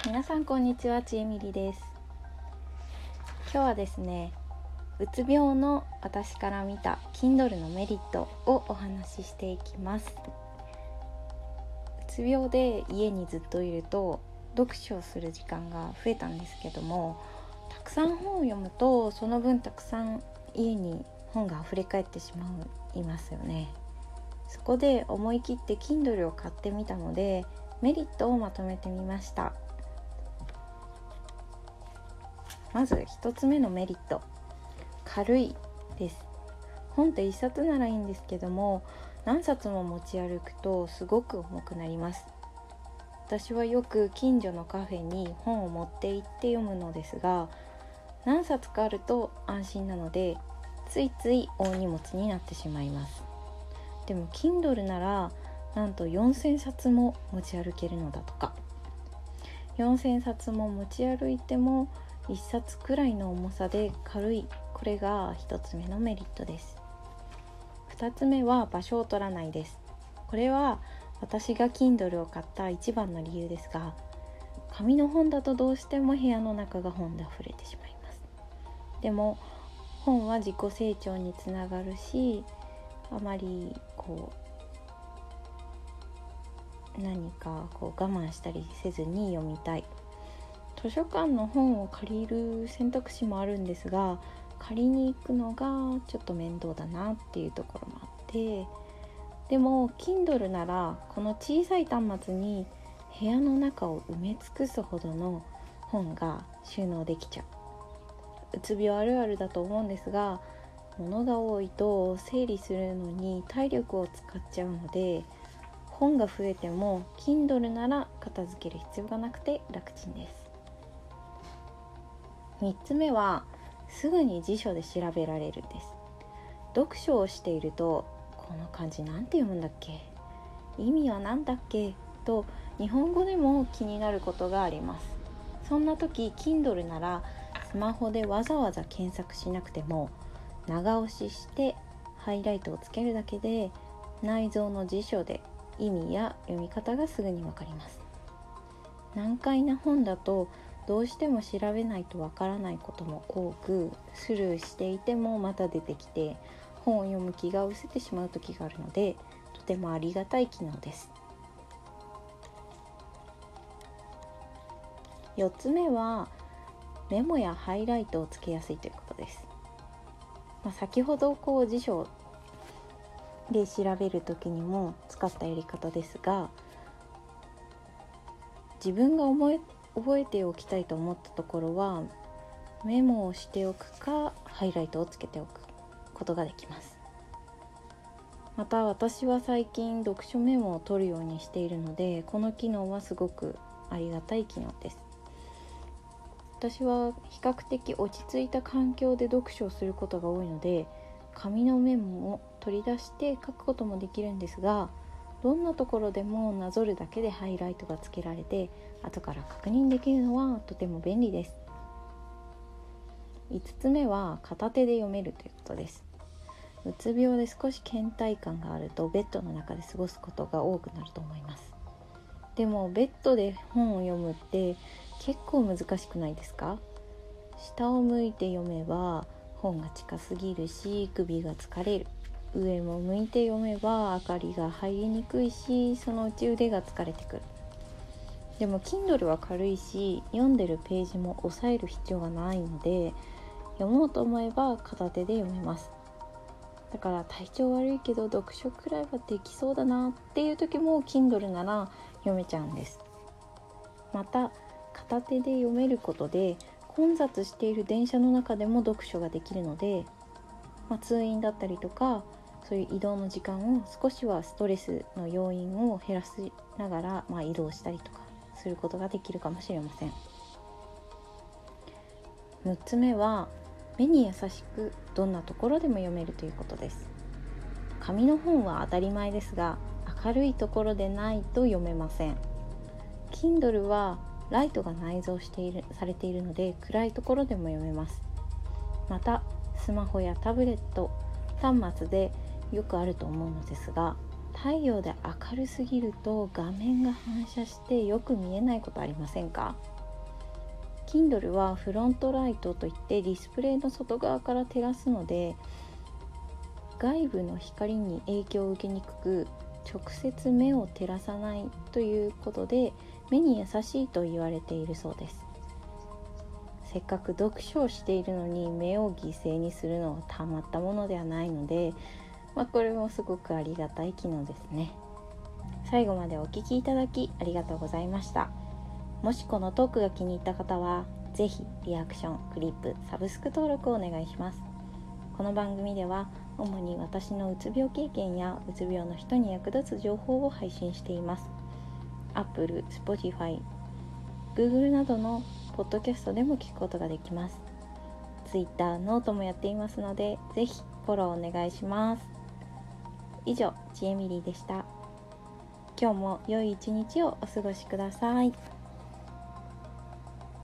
皆さんこんにちは、ちえみりです。今日はですね、うつ病の私から見た Kindle のメリットをお話ししていきます。うつ病で家にずっといると読書をする時間が増えたんですけども、たくさん本を読むとその分たくさん家に本が溢れ返ってしまいますよね。そこで思い切って Kindle を買ってみたので、メリットをまとめてみました。まず1つ目のメリット、軽いです。本って1冊ならいいんですけども、何冊も持ち歩くとすごく重くなります。私はよく近所のカフェに本を持って行って読むのですが、何冊かあると安心なのでついつい大荷物になってしまいます。でも Kindle ならなんと4000冊も持ち歩けるのだとか。4000冊も持ち歩いても1冊くらいの重さで軽い、これが1つ目のメリットです。2つ目は場所を取らないです。これは私が Kindle を買った一番の理由ですが、紙の本だとどうしても部屋の中が本で溢れてしまいます。でも本は自己成長につながるし、あまり何か我慢したりせずに読みたい。図書館の本を借りる選択肢もあるんですが、借りに行くのがちょっと面倒だなっていうところもあって、でも Kindle ならこの小さい端末に部屋の中を埋め尽くすほどの本が収納できちゃう。うつ病あるあるだと思うんですが、物が多いと整理するのに体力を使っちゃうので、本が増えても Kindle なら片付ける必要がなくて楽ちんです。3つ目はすぐに辞書で調べられるです。読書をしていると、この漢字なんて読むんだっけ、意味はなんだっけと日本語でも気になることがあります。そんな時 Kindle ならスマホでわざわざ検索しなくても、長押ししてハイライトをつけるだけで内蔵の辞書で意味や読み方がすぐにわかります。難解な本だとどうしても調べないとわからないことも多く、スルーしていてもまた出てきて本を読む気が失せてしまう時があるので、とてもありがたい機能です。4つ目はメモやハイライトをつけやすいということです。先ほど辞書で調べる時にも使ったやり方ですが、自分が覚えておきたいと思ったところはメモをしておくかハイライトをつけておくことができます。また私は最近読書メモを取るようにしているので、この機能はすごくありがたい機能です。私は比較的落ち着いた環境で読書をすることが多いので、紙のメモを取り出して書くこともできるんですが、どんなところでもなぞるだけでハイライトがつけられて後から確認できるのはとても便利です。5つ目は片手で読めるということです。うつ病で少し倦怠感があるとベッドの中で過ごすことが多くなると思います。でもベッドで本を読むって結構難しくないですか？下を向いて読めば本が近すぎるし首が疲れる。上も向いて読めば明かりが入りにくいし、そのうち腕が疲れてくる。でも Kindle は軽いし、読んでるページも押さえる必要がないので、読もうと思えば片手で読めます。だから体調悪いけど読書くらいはできそうだなっていう時も Kindle なら読めちゃうんです。また片手で読めることで混雑している電車の中でも読書ができるので、通院だったりとかそういう移動の時間を少しはストレスの要因を減らしながら、移動したりとかすることができるかもしれません。6つ目は目に優しくどんなところでも読めるということです。紙の本は当たり前ですが、明るいところでないと読めません。 Kindle はライトが内蔵されているので暗いところでも読めます。またスマホやタブレット端末でよくあると思うのですが、太陽で明るすぎると画面が反射してよく見えないことありませんか？ Kindle はフロントライトといってディスプレイの外側から照らすので外部の光に影響を受けにくく、直接目を照らさないということで目に優しいと言われているそうです。せっかく読書をしているのに目を犠牲にするのはたまったものではないので、これもすごくありがたい機能ですね。最後までお聞きいただきありがとうございました。もしこのトークが気に入った方はぜひリアクション、クリップ、サブスク登録をお願いします。この番組では主に私のうつ病経験やうつ病の人に役立つ情報を配信しています。Apple、Spotify、Google などのポッドキャストでも聞くことができます。Twitter、ノートもやっていますのでぜひフォローお願いします。以上、ちえみりでした。今日も良い一日をお過ごしください。